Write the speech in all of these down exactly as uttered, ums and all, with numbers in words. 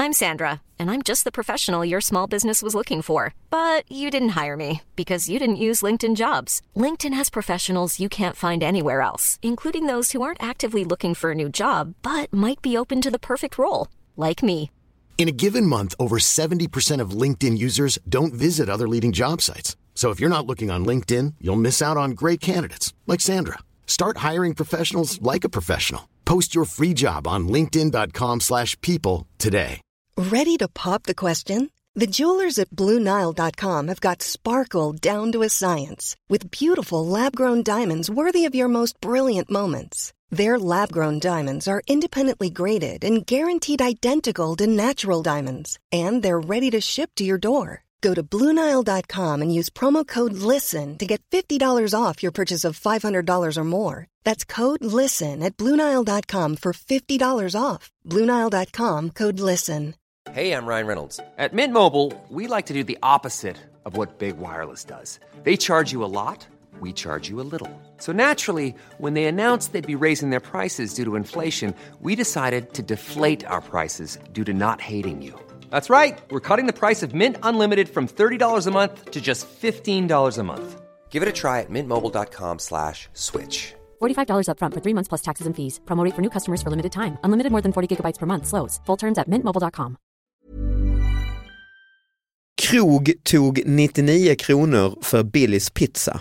I'm Sandra, and I'm just the professional your small business was looking for. But you didn't hire me because you didn't use LinkedIn Jobs. LinkedIn has professionals you can't find anywhere else, including those who aren't actively looking for a new job, but might be open to the perfect role, like me. In a given month, over seventy percent of LinkedIn users don't visit other leading job sites. So if you're not looking on LinkedIn, you'll miss out on great candidates like Sandra. Start hiring professionals like a professional. Post your free job on linkedin dot com slash people today. Ready to pop the question? The jewelers at Blue Nile dot com have got sparkle down to a science with beautiful lab-grown diamonds worthy of your most brilliant moments. Their lab-grown diamonds are independently graded and guaranteed identical to natural diamonds, and they're ready to ship to your door. Go to Blue Nile dot com and use promo code LISTEN to get fifty dollars off your purchase of five hundred dollars or more. That's code LISTEN at Blue Nile dot com for fifty dollars off. Blue Nile dot com, code LISTEN. Hey, I'm Ryan Reynolds. At Mint Mobile, we like to do the opposite of what Big Wireless does. They charge you a lot, we charge you a little. So naturally, when they announced they'd be raising their prices due to inflation, we decided to deflate our prices due to not hating you. That's right. We're cutting the price of Mint Unlimited from thirty dollars a month to just fifteen dollars a month. Give it a try at mintmobile.com slash switch. forty-five dollars up front for three months plus taxes and fees. Promo rate for new customers for limited time. Unlimited more than forty gigabytes per month. Slows full terms at mint mobile dot com. Krog tog nittionio kronor för Billys pizza.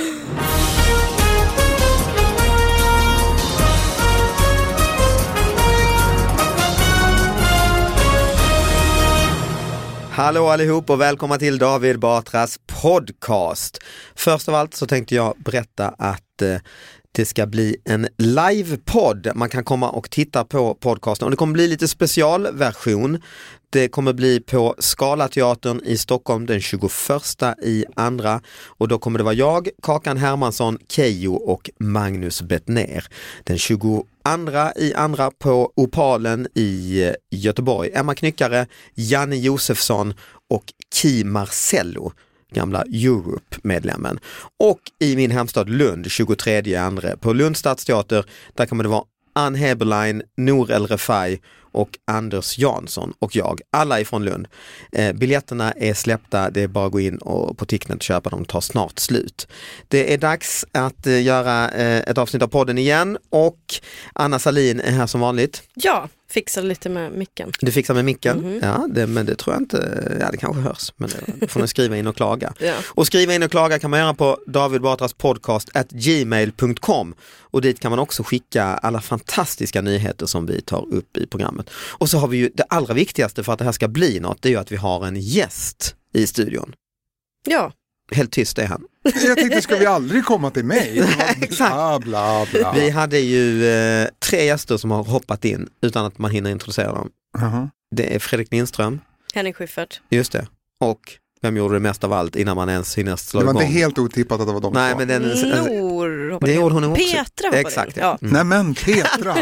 Hallå allihop och välkomna till David Batras podcast. Först av allt så tänkte jag berätta att eh, det ska bli en livepodd. Man kan komma och titta på podcasten och det kommer bli lite specialversion. Det kommer bli på Scalateatern i Stockholm den tjugoförsta i andra och då kommer det vara jag, Kakan Hermansson, Keyyo och Magnus Bettner. Den tjugoandra i andra på Opalen i Göteborg. Emma Knyckare, Janne Josefsson och Ki Marcello, gamla Europe-medlemmen. Och i min hemstad Lund, tjugotredje andra på Lunds stadsteater, där kommer det vara Ann Heberlein, Nour El Refai och Anders Jansson och jag, alla ifrån Lund. Eh, biljetterna är släppta, det är bara att gå in och på Ticknet och köpa dem, tar snart slut. Det är dags att eh, göra eh, ett avsnitt av podden igen och Anna Salin är här som vanligt. Ja, fixar lite med micken. Du fixar med micken? Mm-hmm. Ja, det, men det tror jag inte, ja det kanske hörs, men det får ni skriva in och klaga. Ja. Och skriva in och klaga kan man göra på David Batras podcast at gmail dot com och dit kan man också skicka alla fantastiska nyheter som vi tar upp i programmet. Och så har vi ju det allra viktigaste för att det här ska bli något, det är ju att vi har en gäst i studion. Ja. Helt tyst är han. Jag tänkte, ska vi aldrig komma till mig? Exakt. Bla, bla, bla. Vi hade ju eh, tre gäster som har hoppat in utan att man hinner introducera dem. Uh-huh. Det är Fredrik Lindström. Henrik Schyffert. Just det. Och vem gjorde det mest av allt innan man ens hinner slå igång? Det var inte helt otippat att det var de. Nej, men den, Nor, det gjorde hon också. Petra hoppade Exakt, in. ja. Ja. Nej men Petra.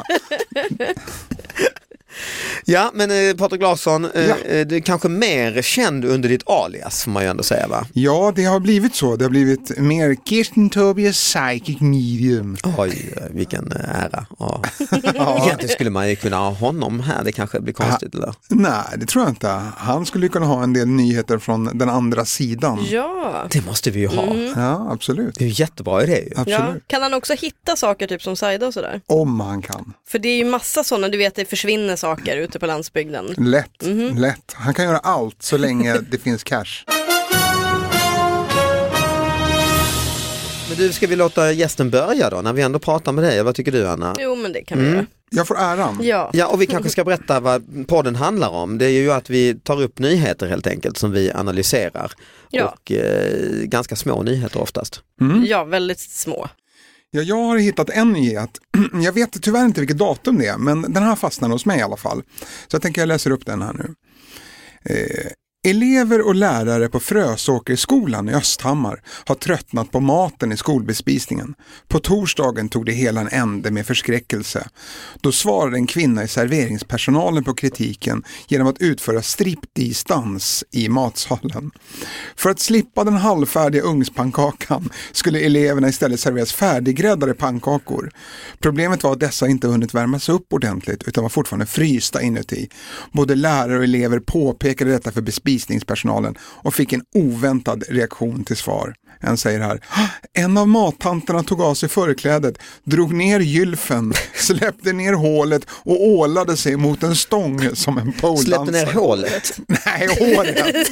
Ja, men eh, Patrik Larsson, eh, Ja. du är kanske mer känd under ditt alias, får man ju ändå säga, va? Ja, det har blivit så. Det har blivit mer Kirsten Tobias Psychic Medium. Oj, vilken ära. Ja. Egentligen skulle man ju kunna ha honom här, det kanske blir konstigt, eller? Nej, det tror jag inte. Han skulle kunna ha en del nyheter från den andra sidan. Ja. Det måste vi ju ha. Mm. Ja, absolut. Det är ju jättebra idé ju. Absolut. Ja. Kan han också hitta saker typ som Saida och sådär? Om han kan. För det är ju massa sådana, du vet, det försvinner saker ute på landsbygden. Lätt, Mm-hmm. lätt. Han kan göra allt så länge det finns cash. Men du, ska vi låta gästen börja då, när vi ändå pratar med dig? Vad tycker du, Anna? Jo, men det kan vi göra. Jag får äran. Ja. Ja, och vi kanske ska berätta vad podden handlar om. Det är ju att vi tar upp nyheter helt enkelt som vi analyserar. Ja. Och eh, ganska små nyheter oftast. Mm. Ja, väldigt små. Ja, jag har hittat en nyhet. Jag vet tyvärr inte vilket datum det är, men den här fastnar hos mig i alla fall. Så jag tänker jag läser upp den här nu. Eh, Elever och lärare på Frösåkerskolan i Östhammar har tröttnat på maten i skolbespisningen. På torsdagen tog det hela en ände med förskräckelse. Då svarade en kvinna i serveringspersonalen på kritiken genom att utföra striptease-dans i matsalen. För att slippa den halvfärdiga ugnspannkakan skulle eleverna istället serveras färdiggräddade pannkakor. Problemet var att dessa inte hunnit värmas upp ordentligt utan var fortfarande frysta inuti. Både lärare och elever påpekade detta för bespisningen bespisningspersonalen och fick en oväntad reaktion till svar. En säger här: en av mattanterna tog av sig förklädet, drog ner gylfen, släppte ner hålet och ålade sig mot en stång som en poledansare. Släppte ner hålet? Nej, hålet.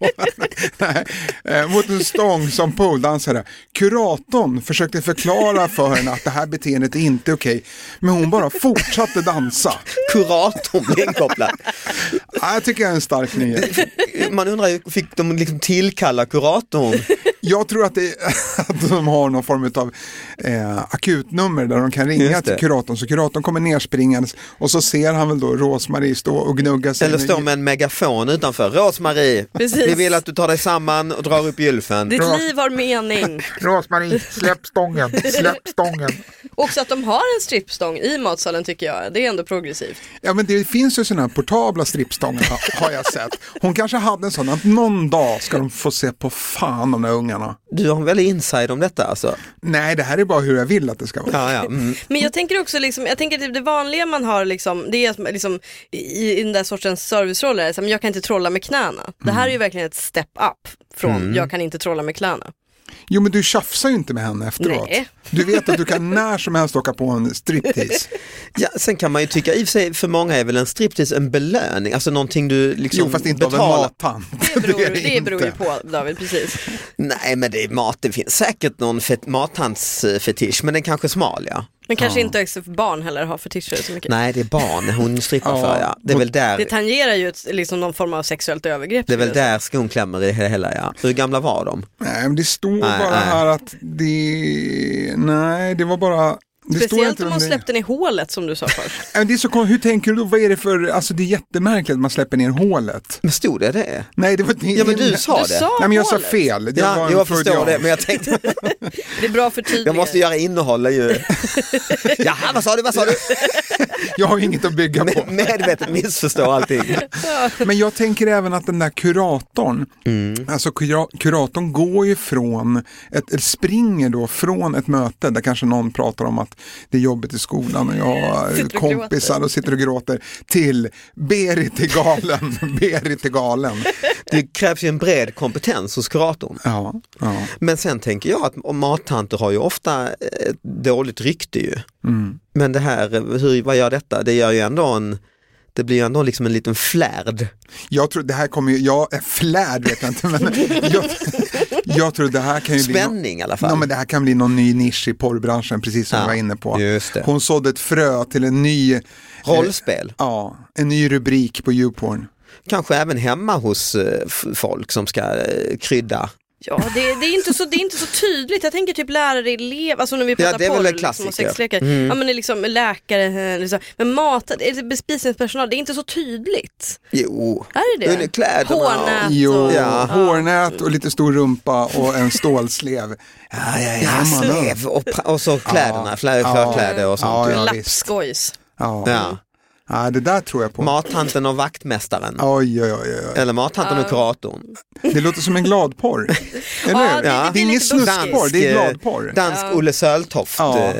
Nej, eh, mot en stång som poledansare. Kuratorn försökte förklara för henne att det här beteendet är inte okej, men hon bara fortsatte dansa. Kuratorn blev inkopplad. Ja, jag tycker jag är en stark nyhet. Man undrar ju, fick de liksom tillkalla kuratorn? Jag tror att, det, att de har någon form av eh, akutnummer där de kan ringa till kuratorn. Så kuratorn kommer nerspringandes och så ser han väl då Rosmarie stå och gnugga sig. Eller stå med en megafon utanför. Rosmarie, Precis. Vi vill att du tar dig samman och drar upp gylfen. Ditt liv har mening. Rosmarie, släpp stången, släpp stången. Också att de har en strippstång i matsalen tycker jag. Det är ändå progressivt. Ja, men det finns ju sådana här portabla strippstångar har jag sett. Hon kanske hade en sån att någon dag ska de få se på fan de där ungarna. Du har en väldigt inside om detta alltså. Nej, det här är bara hur jag vill att det ska vara. Ja, ja. Mm. Men jag tänker också liksom, jag tänker att det vanliga man har liksom, det är liksom i, i den där sortens serviceroller, så, men jag kan inte trolla med knäna. Det här är ju verkligen ett step up från mm. jag kan inte trolla med knäna. Jo, men du tjafsar ju inte med henne efteråt. Nej. Du vet att du kan när som helst åka på en striptease. Ja, sen kan man ju tycka, i och för sig för många är väl en striptease en belöning, alltså någonting du liksom jo, fast inte betalar. av en mattant. Det beror, det är det inte. beror ju på, David, precis. Nej, men det är mat, det finns säkert någon fet, mathandsfetisch, men den kanske smal, ja. Men kanske ja. inte också för barn heller har fetischer så mycket. Nej, det är barn hon strippar ja. för, ja. Det är väl där. Det tangerar ju ett, liksom någon form av sexuellt övergrepp. Det är väl där skon klämmer i det hela, ja. Hur gamla var de? Nej, men det står nej, bara nej. här att det... Nej, det var bara... Det speciellt om man släppte ner hålet som du sa först. Det är så, hur tänker du då? Vad är det för... Alltså det är jättemärkligt att man släpper ner hålet. Men stod det det? Nej, det var... Ja, men du sa du det. Sa Nej, men jag hålet. sa fel. Det ja, var jag förstår det, men jag tänkte... Det är bra för tydligare. Jag måste göra innehåll ju. Jaha, vad sa du, vad sa du? Jag har inget att bygga på. Medvetet missförstå allting. Men jag tänker även att den där kuratorn, mm. alltså kura- kuratorn går ju från, ett, eller springer då från ett möte där kanske någon pratar om att det är jobbigt i skolan och jag har kompisar gråter. Och sitter och gråter, till Berit är galen, Berit är galen. Det krävs ju en bred kompetens hos kuratorn. Ja, ja. Men sen tänker jag att mattanter har ju ofta ett dåligt rykte ju. Mm. Men det här, hur, vad gör detta? Det gör ju ändå en, det blir ju ändå liksom en liten flärd. Jag tror det här kommer ju, jag är flärd vet jag inte, men jag, jag tror det här kan ju spänning bli no, i alla fall. No, men det här kan bli någon ny nisch i porrbranschen, precis som ja, jag var inne på. Just det. Hon sådde ett frö till en ny rollspel. Eh, ja, en ny rubrik på YouPorn. Kanske även hemma hos eh, folk som ska eh, krydda. Ja, det, det, är inte så, det är inte så tydligt. Jag tänker typ lärare, elev, alltså när vi pratar ja, porr liksom, och sexlekar. Mm. Ja, men det är liksom läkare, liksom. Men mat, bespisningspersonal, det är inte så tydligt. Jo. Är det det? Kläderna. Hårnät. Jo, och, ja. Hårnät och lite stor rumpa och en stålslev. Ja, ja, ja, slev och, och så kläderna, förkläder och sånt. Ja, ja, lappskojs. Ja. Ja. Ja, det där tror jag på. Mathanten och vaktmästaren. Oj, oj, oj, oj. Eller mathanten och kuratorn. Det låter som en gladporr. Eller? Ja, det, ja. det är ingen snuskporr, det är gladporr. Dansk ja. Olle Söltoft. Ja.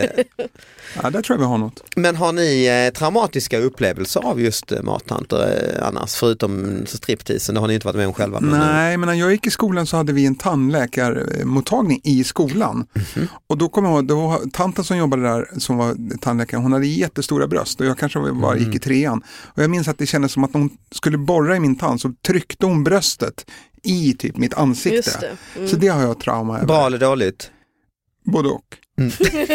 Ja, där tror jag vi har något. Men har ni eh, traumatiska upplevelser av just eh, mattanter eh, annars, förutom stripteasen? Det har ni inte varit med om själva. Men nej, men när jag gick i skolan så hade vi en tandläkarmottagning i skolan. Mm-hmm. Och då kom jag ihåg, då var tanten som jobbade där, som var tandläkare, hon hade jättestora bröst och jag kanske bara gick i trean. Och jag minns att det kändes som att hon skulle borra i min tand, så tryckte hon bröstet i typ mitt ansikte. Det. Mm. Så det har jag trauma över. Bra eller dåligt? Både och. Mm.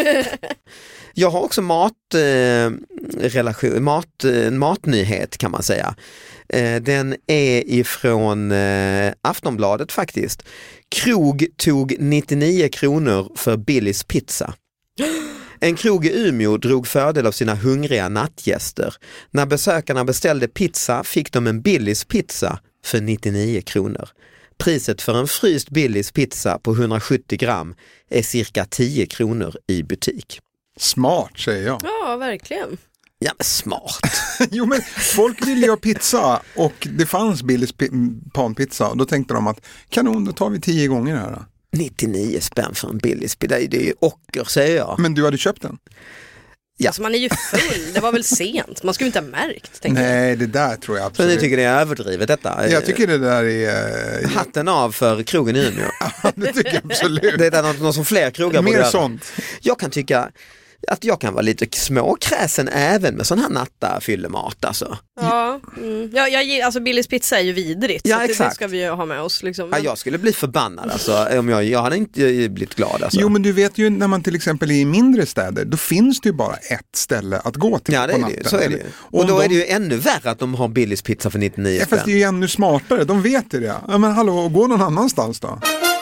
Jag har också mat, eh, relation, mat, eh, matnyhet kan man säga. Eh, den är ifrån eh, Aftonbladet faktiskt. Krog tog nittionio kronor för Billys pizza. En krog i Umeå drog fördel av sina hungriga nattgäster. När besökarna beställde pizza fick de en Billys pizza för nittionio kronor. Priset för en fryst Billys pizza på hundrasjuttio gram är cirka tio kronor i butik. Smart, säger jag. Ja, verkligen. Ja, men smart. Jo, men folk ville ju ha pizza och det fanns Billys panpizza och då tänkte de att kanon, då tar vi tio gånger här. nittionio spänn för en Billys pizza, det är ju ocker, säger jag. Men du hade köpt den? Ja. Alltså man är ju full, det var väl sent. Man skulle inte ha märkt. Nej, jag. Det där tror jag absolut. Så ni tycker det är överdrivet detta? Jag tycker det där är... Uh... Hatten av för krogen i Umeå. Ja, det tycker jag absolut. Det är något, något som fler krogar Mer borde göra. sånt. Jag kan tycka att jag kan vara lite småkräsen även med sån här natta fyllemat alltså. Ja, mm. ja jag, alltså Billys pizza är ju vidrigt. Ja, så exakt. Det ska vi ju ha med oss. Liksom. Ja, jag skulle bli förbannad alltså, om jag, jag hade inte blivit glad alltså. Jo, men du vet ju när man till exempel är i mindre städer, då finns det ju bara ett ställe att gå till ja, det på är natten. det, så är det ju. Och, och då de... är det ju ännu värre att de har Billys pizza för nittionio ja, fast det är ju ännu smartare, de vet det. Ja, men hallå, gå någon annanstans då.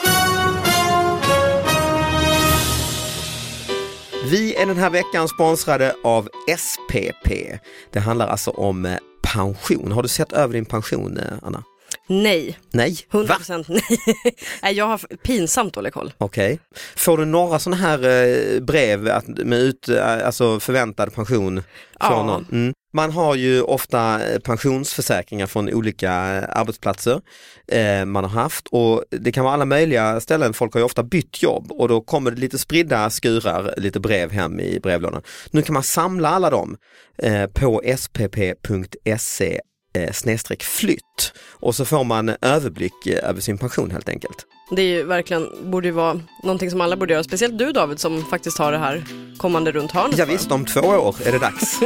Vi är den här veckan sponsrade av S P P. Det handlar alltså om pension. Har du sett över din pension, Anna? Nej. Nej? hundra procent nej. Nej, jag har pinsamt dålig koll. Okej. Okay. Får du några sådana här brev att, med ut, alltså förväntad pension från ja. någon? Mm. Man har ju ofta pensionsförsäkringar från olika arbetsplatser eh, man har haft och det kan vara alla möjliga ställen. Folk har ju ofta bytt jobb och då kommer det lite spridda skurar, lite brev hem i brevlådan. Nu kan man samla alla dem eh, på spp punkt se snedstreck flytt och så får man överblick över sin pension helt enkelt. Det är ju verkligen, borde ju vara någonting som alla borde göra, speciellt du David som faktiskt har det här kommande runt hörnet. Ja visst, om två år är det dags.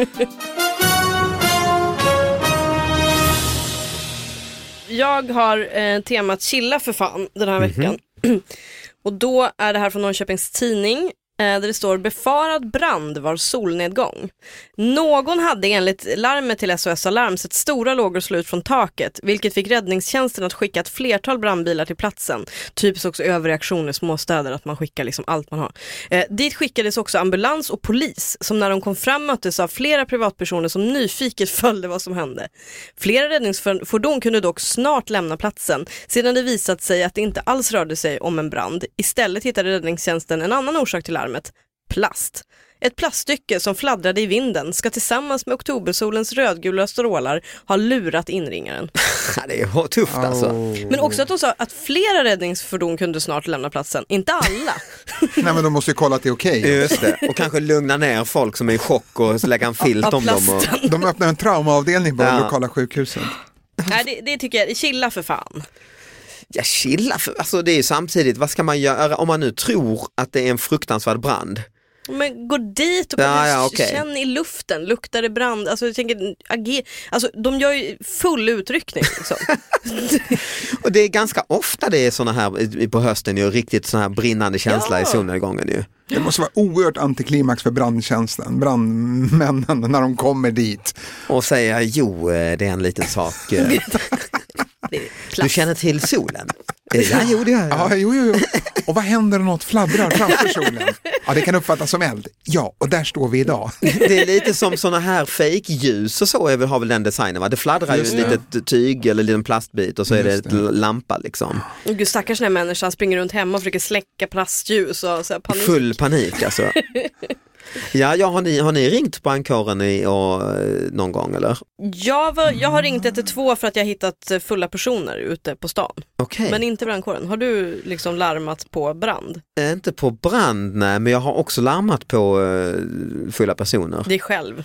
Jag har eh, temat chilla för fan den här veckan. Mm-hmm. Och då är det här från Norrköpings Tidning. Där det står befarad brand var solnedgång. Någon hade enligt larmet till S O S Alarm sett stora lågor slå ut från taket, vilket fick räddningstjänsten att skicka ett flertal brandbilar till platsen. Typiskt också överreaktion i småstäder att man skickar liksom allt man har. Eh, dit skickades också ambulans och polis som när de kom fram möttes av flera privatpersoner som nyfiket följde vad som hände. Flera räddningsfordon kunde dock snart lämna platsen sedan det visat sig att det inte alls rörde sig om en brand. Istället hittade räddningstjänsten en annan orsak till larmet. Plast. Ett plaststycke som fladdrade i vinden ska tillsammans med oktobersolens rödgula strålar ha lurat inringaren. Det är tufft alltså. Oh. Men också att de sa att flera räddningsfordon kunde snart lämna platsen. Inte alla. Nej, men de måste ju kolla att det är okej. Okay. Just det. Och kanske lugna ner folk som är i chock och lägga en filt om dem. Och... De öppnar en traumaavdelning på ja. det lokala sjukhuset. Nej, det, det tycker jag. Chilla för fan. Ja, chilla för, alltså det är samtidigt, vad ska man göra om man nu tror att det är en fruktansvärd brand? Men gå dit och ja, ja, okay. känn i luften, luktar det brand? Alltså jag tänker, ager, alltså de gör ju full utryckning liksom. Och det är ganska ofta det är såna här på hösten ju riktigt såna här brinnande känsla ja. i solnedgången ju. Det måste vara oerhört antiklimax för brandtjänsten, brandmännen när de kommer dit. Och säga, jo det är en liten sak. Du känner till solen? Ja, jo, det gör jag. Ja, jo, jo, jo. Och vad händer när något fladdrar framför solen? Ja, det kan uppfattas som eld. Ja, och där står vi idag. Det är lite som såna här fake-ljus och så är väl, har väl den designen, va? Det fladdrar ju ett litet tyg eller en liten plastbit och så är det ett lampa liksom. Gud, stackars när människan springer runt hemma och försöker släcka plastljus och så här panik. Full panik alltså. Ja, ja har, ni, har ni ringt brandkåren i, och, någon gång eller? Jag, var, jag har ringt ett ett två för att jag hittat fulla personer ute på stan. Okay. Men inte brandkåren. Har du liksom larmat på brand? Äh, inte på brand, nej, men jag har också larmat på uh, fulla personer. Det själv.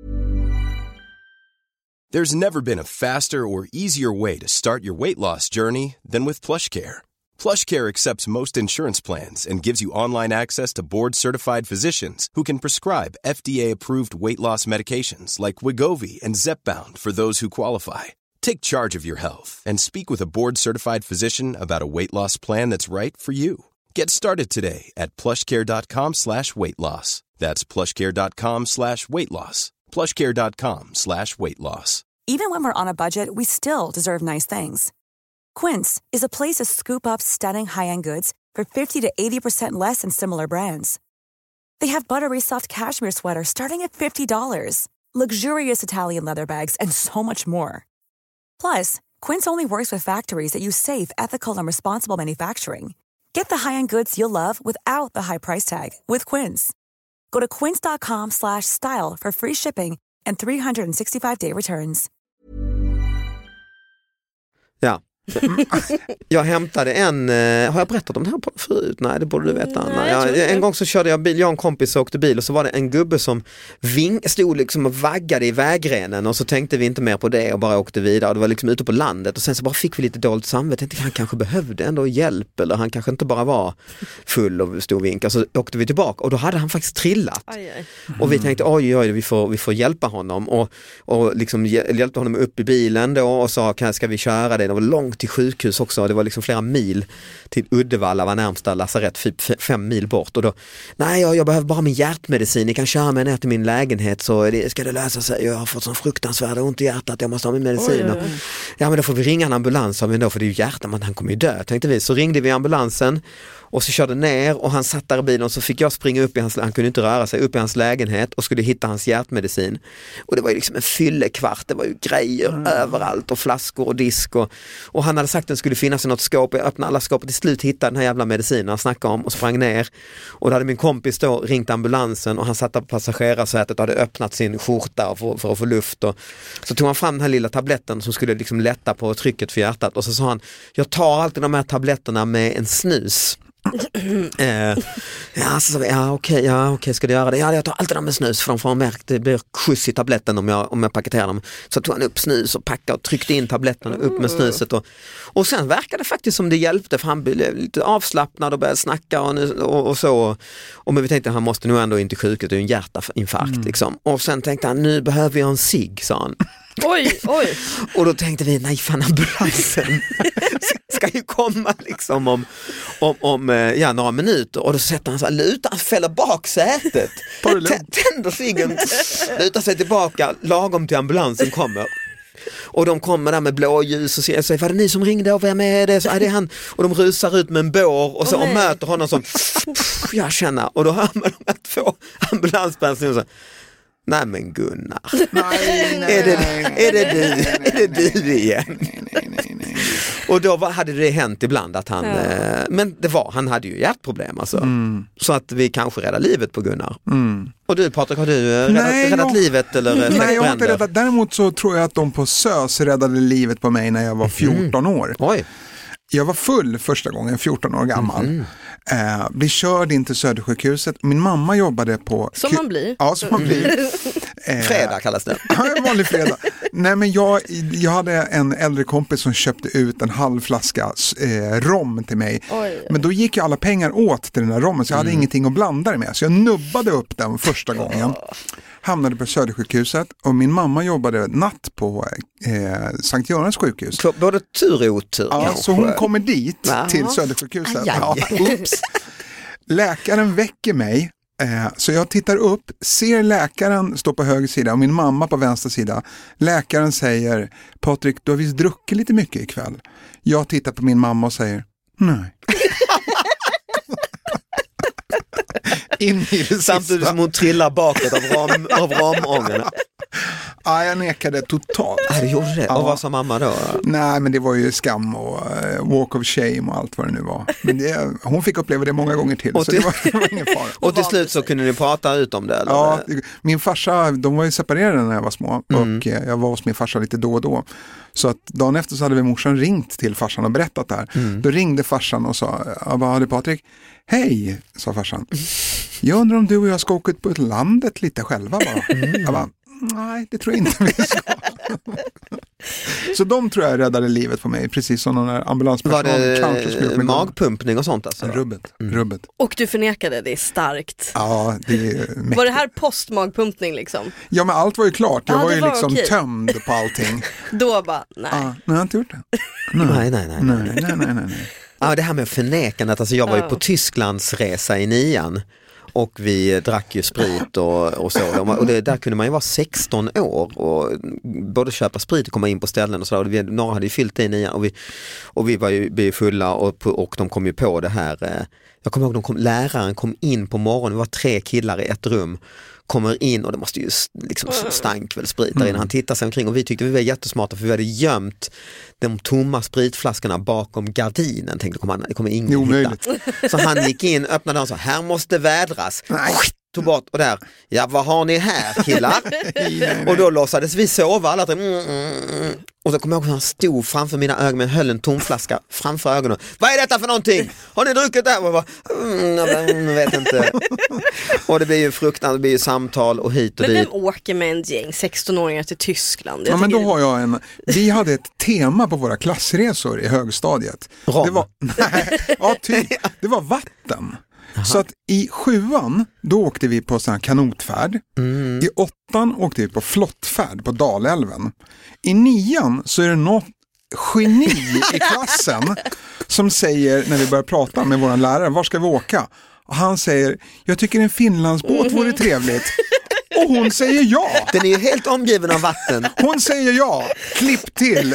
There's never been a faster or easier way to start your weight loss journey than with PlushCare. PlushCare accepts most insurance plans and gives you online access to board-certified physicians who can prescribe F D A-approved weight loss medications like Wegovy and Zepbound for those who qualify. Take charge of your health and speak with a board-certified physician about a weight loss plan that's right for you. Get started today at plushcare.com slash weight loss. That's plushcare.com slash weight loss. plushcare.com slash weight loss. Even when we're on a budget, we still deserve nice things. Quince is a place to scoop up stunning high-end goods for fifty to eighty percent less than similar brands. They have buttery soft cashmere sweaters starting at fifty dollars, luxurious Italian leather bags, and so much more. Plus, Quince only works with factories that use safe, ethical, and responsible manufacturing. Get the high-end goods you'll love without the high price tag with Quince. Go to quince.com slash style for free shipping and three sixty-five day returns. Ja. Jag hämtade en, har jag berättat om det här förut? Nej, det borde du veta, Anna. Nej, jag jag, en gång så körde jag bil, jag och en kompis åkte bil och så var det en gubbe som ving, stod liksom och vaggade i vägrenen och så tänkte vi inte mer på det och bara åkte vidare. Och det var liksom ute på landet och sen så bara fick vi lite dåligt samvete. Jag tänkte, han kanske behövde ändå hjälp eller han kanske inte bara var full och stod och vinkade. Så åkte vi tillbaka och då hade han faktiskt trillat. Aj, aj. Och vi tänkte, oj, oj, vi får, vi får hjälpa honom och, och liksom hjälpte honom upp i bilen då och sa, ska vi köra det? Det var långt till sjukhus också. Det var liksom flera mil till Uddevalla, var närmsta lasarett, fem mil bort. Och då, nej, jag, jag behöver bara min hjärtmedicin. Ni kan köra mig ner till min lägenhet så det, ska det lösa sig. Jag har fått sån fruktansvärda ont i hjärtat. Jag måste ha min medicin. Oj, oj, oj. Ja, men då får vi ringa en ambulans av då, för det är ju hjärtat, men han kommer ju dö, tänkte vi. Så ringde vi ambulansen och så körde ner och han satt där i bilen och så fick jag springa upp i hans, han kunde inte röra sig, upp i hans lägenhet och skulle hitta hans hjärtmedicin. Och det var ju liksom en fyllekvart, det var ju grejer mm. överallt och flaskor och disk och, och han hade sagt att den skulle finnas i något skåp. Jag öppnade alla skåp och till slut hittade den här jävla medicinen han snackade om och sprang ner. Och då hade min kompis då ringt ambulansen och han satt på passagerarsätet och hade öppnat sin skjorta för, för att få luft. Och så tog han fram den här lilla tabletten som skulle liksom lätta på trycket för hjärtat och så sa han, jag tar alltid de här tabletterna med en snus. eh, ja, så, ja okej, ja, okej, ska du göra det? Ja, jag tar alltid dem med snus för de får märkt det blir skjuts i tabletten om jag, om jag paketerar dem. Så tog han upp snus och packade och tryckte in tabletterna upp med snuset och, och sen verkade det faktiskt som det hjälpte för han blev lite avslappnad och började snacka och, och, och så och men vi tänkte att han måste nog ändå inte sjukhus, det är en hjärtinfarkt mm. liksom. Och sen tänkte han, nu behöver jag en cigg, sa han. Oj, oj. Och då tänkte vi, nej fan, ambulansen ska ju komma liksom om, om, om ja, några minuter. Och då sätter han så här, lutar, fäller bak sätet, tänder ciggen, lutar sig tillbaka lagom till ambulansen kommer. Och de kommer där med blåljus och säger, var det ni som ringde och vem är det? Så är det han. Och de rusar ut med en bår och, så, oh, och möter honom som jag känner. Och då hör man de här två ambulanspersoners och så, nej men Gunnar, nej, nej, är, det, nej, är, det du, är det du igen? Nej, nej, nej, nej. Och då var, hade det hänt ibland att han, ja. eh, men det var, han hade ju hjärtproblem alltså. Mm. Så att vi kanske räddar livet på Gunnar. Mm. Och du Patrik, har du eh, räddat, nej, räddat jag, livet eller nej, nej, jag har inte räddat. Däremot så tror jag att de på SÖS räddade livet på mig när jag var fjorton mm. år. Oj. Jag var full första gången, fjorton år gammal. Mm. Eh, blev körd in till Södersjukhuset. Min mamma jobbade på... Som man blir. Ja, som man blir. Eh, fredag kallas det. Ja, en vanlig fredag. Nej, men jag, jag hade en äldre kompis som köpte ut en halv flaska eh, rom till mig. Oj. Men då gick ju alla pengar åt till den här rommen så jag hade mm. ingenting att blanda det med. Så jag nubbade upp den första gången. Hamnade på Södersjukhuset och min mamma jobbade natt på eh, Sankt Görans sjukhus. Både tur och otur. Ja, så hon kommer dit Aha. till Södersjukhuset. Aj, aj. Ja, ups. Läkaren väcker mig. Eh, så jag tittar upp, ser läkaren stå på höger sida och min mamma på vänster sida. Läkaren säger, Patrik, du har visst druckit lite mycket ikväll. Jag tittar på min mamma och säger, nej. In i det samtidigt som hon trillar bakåt av, ram, av ramångerna. Ja, jag nekade totalt. Ja, det gjorde det. Ja. Och vad sa mamma då? Nej, men det var ju skam och uh, walk of shame och allt vad det nu var. Men det, hon fick uppleva det många gånger till, och så till, det, var, det var ingen fara. Och till slut så kunde ni prata ut om det? Eller? Ja, min farsa, de var ju separerade när jag var små. Mm. Och jag var hos min farsa lite då och då. Så att dagen efter så hade vi morsan ringt till farsan och berättat det här. Mm. Då ringde farsan och sa, jag bara, hade Patrik? Hej, sa farsan. Jag undrar om du och jag ska åka ut på ett landet lite själva bara. Mm. Jag bara, nej, det tror jag inte vi ska. Så de tror jag räddade livet på mig, precis som någon ambulanspersonal. Var det magpumpning och sånt alltså? Rubbet, mm. rubbet. Och du förnekade, det är starkt. Ja, det är mäktigt. Var det här postmagpumpning liksom? Ja, men allt var ju klart. Jag ja, var ju var liksom okej. tömd på allting. Då bara, nej. Ja, nej, jag har inte gjort det. Nej, nej, nej. nej, nej, nej, nej, nej, nej. Ja, det här med förnekandet, alltså jag var ju på Tysklands resa i nian och vi drack ju sprit och, och så, och det, där kunde man ju vara sexton år och både köpa sprit och komma in på ställen och så, och vi, några hade ju fyllt det i nian och vi, och vi var ju vi fulla och, och de kom ju på det här, jag kommer ihåg, de kom, läraren kom in på morgonen, vi var tre killar i ett rum, kommer in och det måste ju liksom stank väl sprit där innan. Han tittar sig omkring och vi tyckte vi var jättesmarta för vi hade gömt de tomma spritflaskorna bakom gardinen. Tänkte kommer det kommer ingen hitta. Så han gick in, öppnade och sa här måste vädras. Nej. Tog bort och där, ja vad har ni här killar? nej, nej. Och då låtsades vi sova alla tre. Mm, mm, mm. Och så kom jag ihåg att han stod framför mina ögon med höll en tomflaska framför ögonen. Vad är detta för någonting? Har ni druckit det? Och jag bara, mm, jag vet inte. Och det blir ju fruktansvärt, det blir ju samtal och hit och men dit. vem åker med en gäng sexton-åringar till Tyskland? Jag ja, men då tycker... har jag en, vi hade ett tema på våra klassresor i högstadiet. Rom. Det var, nej, ja, ty, det var vatten. Aha. Så att i sjuan, då åkte vi på sån här kanotfärd. Mm. I åttan åkte vi på flottfärd på Dalälven. I nian så är det något geni i klassen som säger, när vi börjar prata med vår lärare, var ska vi åka? Och han säger, jag tycker en Finlandsbåt vore trevligt. Och hon säger ja. Den är ju helt omgiven av vatten. Hon säger ja. Klipp till.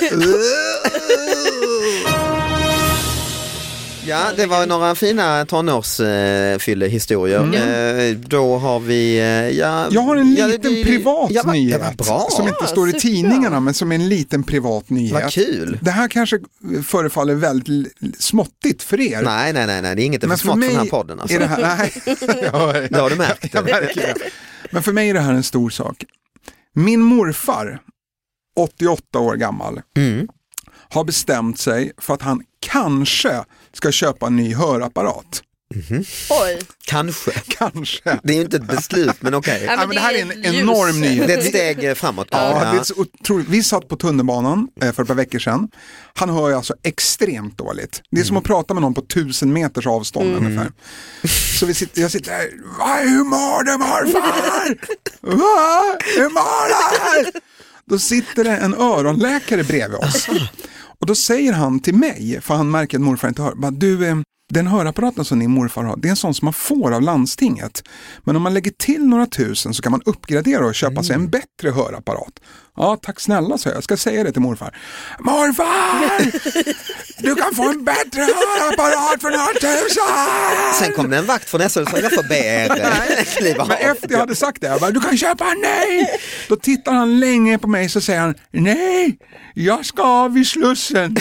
Ja, det var några fina tonårsfyllehistorier. Mm. Eh, då har vi... Eh, ja, jag har en liten ja, det, privat ja, nyhet det var bra. som inte står i tidningarna, men som är en liten privat nyhet. Vad kul. Det här kanske förefaller väldigt småttigt för er. Nej, nej, nej, nej. Det är inget för smått för den här podden. Alltså. Är det här, nej. ja, det har du märkt. Jag märker det. Men för mig är det här en stor sak. Min morfar, åttioåtta år gammal, mm. har bestämt sig för att han kanske ska köpa en ny hörapparat. Mm-hmm. Oj. Kanske. Kanske. Det är ju inte ett beslut, men okej. Okay. Ja, men det här är en enorm nyhet. Det är ett steg framåt. Ja, ja. Det är så otroligt. Vi satt på tunnelbanan för ett par veckor sedan. Han hör ju alltså extremt dåligt. Det är mm. som att prata med någon på tusen meters avstånd mm. ungefär. Så vi sitter, jag sitter här. Hur mår du, morfar? Va? Hur mår du? Då sitter det en öronläkare bredvid oss. Och då säger han till mig, för han märker att morfar inte hör, bara, du, den hörapparaten som din morfar har, det är en sån som man får av landstinget. Men om man lägger till några tusen så kan man uppgradera och köpa mm. sig en bättre hörapparat. Ja, tack snälla, så jag. Jag ska säga det till morfar. Morfar! Du kan få en bättre hörapparat för några tusen! Sen kom det en vakt från S L och sa, jag får be er. Men efter jag hade sagt det, jag bara, du kan köpa en nej! Då tittar han länge på mig så säger han, nej, jag ska vid Slussen.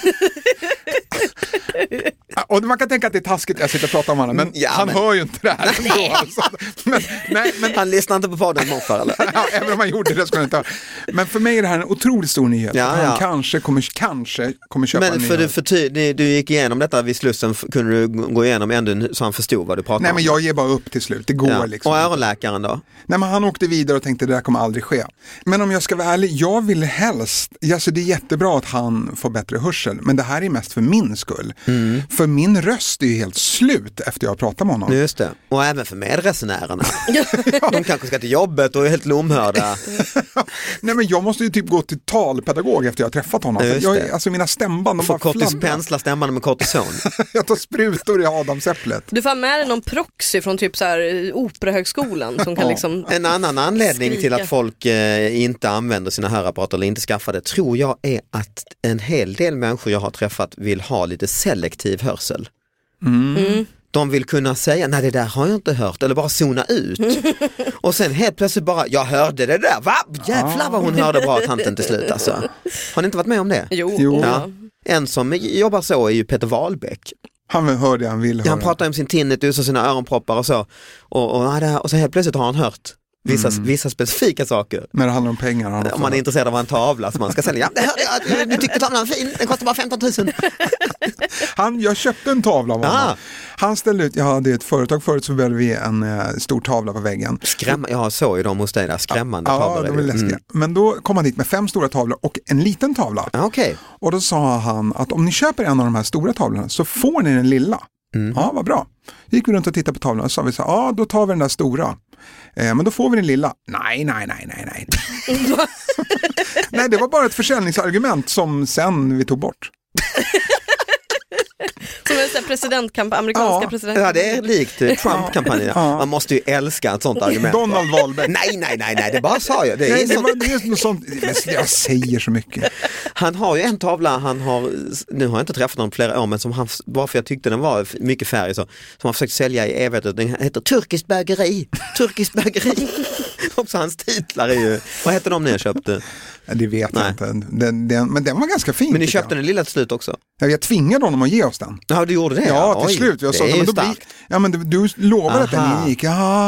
Och man kan tänka att det är taskigt, jag sitter och pratar om honom, men ja, han men... hör ju inte det här ändå. Alltså. Men, nej, men... Han lyssnar inte på podden morfar, eller? Ja, även om han gjorde det skulle han inte ha. Men för mig är det här en otroligt stor nyhet. Ja, han ja. kanske kommer, kanske kommer köpa men en för du, för ty, du, du gick igenom detta vid Slussen, kunde du gå igenom ändå så han förstod vad du pratade nej, om? Nej, men jag ger bara upp till slut, det går ja. liksom. Och öronläkaren då? Nej, men han åkte vidare och tänkte det där kommer aldrig ske. Men om jag ska vara ärlig, jag vill helst, alltså det är jättebra att han får bättre hörsel, men det här är mest för min skull. Mm. För min röst är ju helt slut efter jag pratar med honom. Just det, och även för medresenärerna. ja. De kanske ska till jobbet och är helt lomhörda. Nej, men jag måste ju typ gå till talpedagog efter jag har träffat honom. Jag, alltså mina stämband, de får bara fladdrar. Får pensla stämbanden med kortison. Jag tar sprutor i adamsäpplet. Du får med dig någon proxy från typ så här operahögskolan som kan ja. liksom en annan anledning skrika. Till att folk eh, inte använder sina hörapparater eller inte skaffar det, tror jag är att en hel del människor jag har träffat vill ha lite selektiv hörsel. Mm. Mm. De vill kunna säga, nej det där har jag inte hört, eller bara zona ut. Och sen helt plötsligt bara, jag hörde det där, va? Jävlar vad hon hörde bra tanten till slut alltså. Har ni inte varit med om det? Jo. jo. Ja. En som jobbar så är ju Peter Wahlbeck. Han hör det han vill höra. Han pratar om sin tinnitus och sina öronproppar och så. Och, och, och så helt plötsligt har han hört vissa, mm. vissa specifika saker. När det handlar om pengar. Han om man är intresserad av en tavla som man ska sälja. Ja, det hörde jag, du tyckte tavlan var fin, den kostar bara femton tusen. Han, jag köpte en tavla av honom. Ah. Han ställde ut, jag hade ett företag förut så behövde vi en uh, stor tavla på väggen. Skrämma, jag såg ju dem hos dig där, skrämmande ja, tavlor. Ja, de är läskiga. Mm. Men då kom han dit med fem stora tavlor och en liten tavla. Ah, okay. Och då sa han att om ni köper en av de här stora tavlorna så får ni den lilla. Mm. Ja, vad bra. Gick vi runt och tittade på tavlan och sa vi så ja då tar vi den där stora. Eh, men då får vi den lilla. Nej, nej, nej, nej, nej. Nej, det var bara ett försäljningsargument som sen vi tog bort. Så Som en presidentkampanj, amerikanska Ja. presidentkampanj. Ja, det är likt eh, Trump-kampanjen. Ja. Man måste ju älska ett sånt argument. Donald Wahlberg. Nej, nej, nej, nej, det bara sa jag. Det är Nej, det, sånt. var, det är något sånt, men jag säger så mycket. Han har ju en tavla, han har, nu har jag inte träffat honom flera år, men som han, bara för jag tyckte den var mycket färg så, som han försökt sälja i evighet. Den heter Turkiskt bägeri. Turkiskt bägeri. Också hans titlar är ju, vad heter de ni har köpt? Det vet Nej. jag inte. Den, den, men den var ganska fin. Men ni tycker köpte jag. den lilla till slut också? Ja, jag tvingade honom att ge oss den. Ja, du gjorde det? Ja, till Oj, slut. Jag det sa, är men ju då blir, starkt. ja, men du, du lovade att Aha. den gick.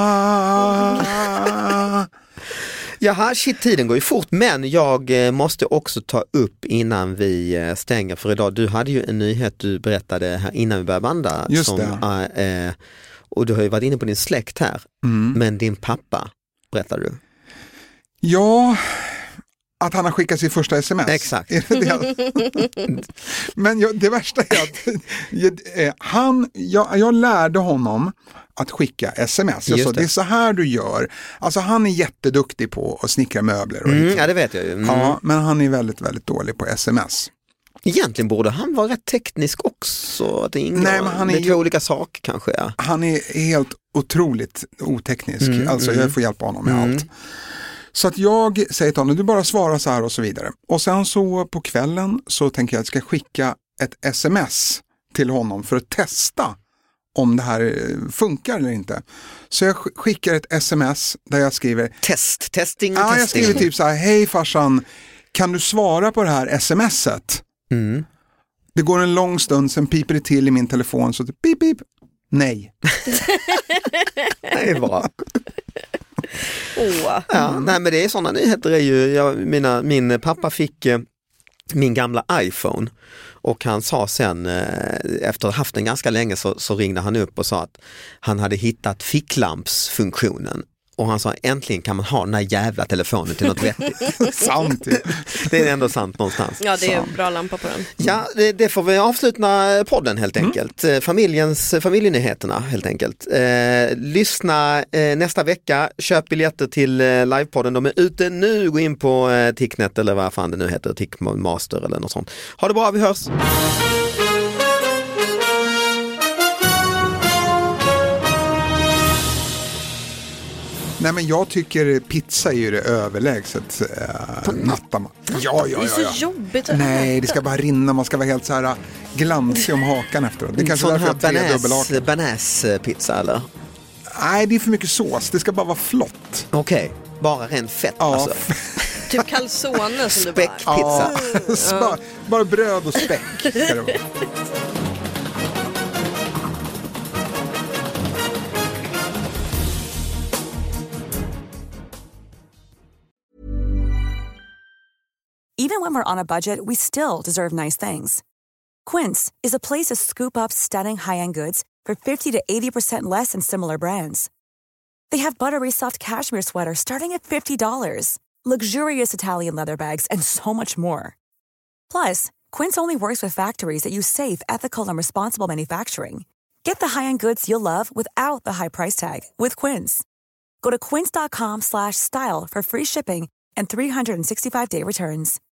Ah. Jaha, shit, tiden går ju fort, men jag eh, måste också ta upp innan vi eh, stänger för idag. Du hade ju en nyhet du berättade här innan vi började banda. Just som, det. eh, och du har ju varit inne på din släkt här, Mm. men din pappa berättade du. Ja, att han har skickat sitt första sms. Exakt. Är det det? Men jag, det värsta är att eh, han, jag, jag lärde honom att skicka sms. Jag Just sa, det. det är så här du gör. Alltså han är jätteduktig på att snickra möbler. Och Mm, liksom. ja, det vet jag ju. Mm. Ja, men han är väldigt, väldigt dålig på sms. Egentligen borde han vara rätt teknisk också. Att det ingår, Nej, men han är det är ju- två olika saker kanske. Ja. Han är helt otroligt oteknisk. Mm, alltså mm. jag får hjälpa honom med Mm. allt. Så att jag säger till honom, du bara svarar så här och så vidare. Och sen så på kvällen så tänker jag att jag ska skicka ett sms till honom för att testa om det här eh, funkar eller inte. Så jag sk- skickar ett sms där jag skriver, Test, testing, ja, jag testing. skriver typ så här, hej farsan, kan du svara på det här smset? Mm. Det går en lång stund, sen piper det till i min telefon så typ, pip, pip. Nej. Det är bra. Åh. Ja, nej, men det är sådana nyheter är ju, jag, mina, min pappa fick eh, min gamla iPhone och han sa sen eh, efter att ha haft den ganska länge så, så ringde han upp och sa att han hade hittat ficklampsfunktionen. Och han sa äntligen kan man ha den här jävla telefonen till något vettigt. Sant. Det är ändå sant någonstans. Ja, det är Så. en bra lampa på den. Ja, det, det får vi avsluta podden helt enkelt. Mm. Familjens, familjenyheterna helt enkelt. Eh, lyssna eh, nästa vecka, köp biljetter till eh, livepodden. De är ute nu, gå in på eh, Ticknet eller vad fan det nu heter, Tickmaster eller något sånt. Ha det bra, vi hörs! Nej, men jag tycker pizza är ju det överlägset eh, nattamat. Ja, ja, Det är ja, så ja. jobbigt att Nej, det ska bara rinna, man ska vara helt så här glansig om hakan efteråt. Det är kanske Sån därför här jag har tre banäs, dubbelhakor. banäspizza eller? Nej, det är för mycket sås, det ska bara vara flott. Okej, okay. Bara ren fett Ja, alltså. typ calzone som du bara... Späckpizza. Ja, bara, bara bröd och späck ska det vara. Even when we're on a budget, we still deserve nice things. Quince is a place to scoop up stunning high-end goods for fifty to eighty percent less than similar brands. They have buttery soft cashmere sweaters starting at fifty dollars, luxurious Italian leather bags, and so much more. Plus, Quince only works with factories that use safe, ethical, and responsible manufacturing. Get the high-end goods you'll love without the high price tag with Quince. Go to quince.com slash style for free shipping and three sixty-five day returns.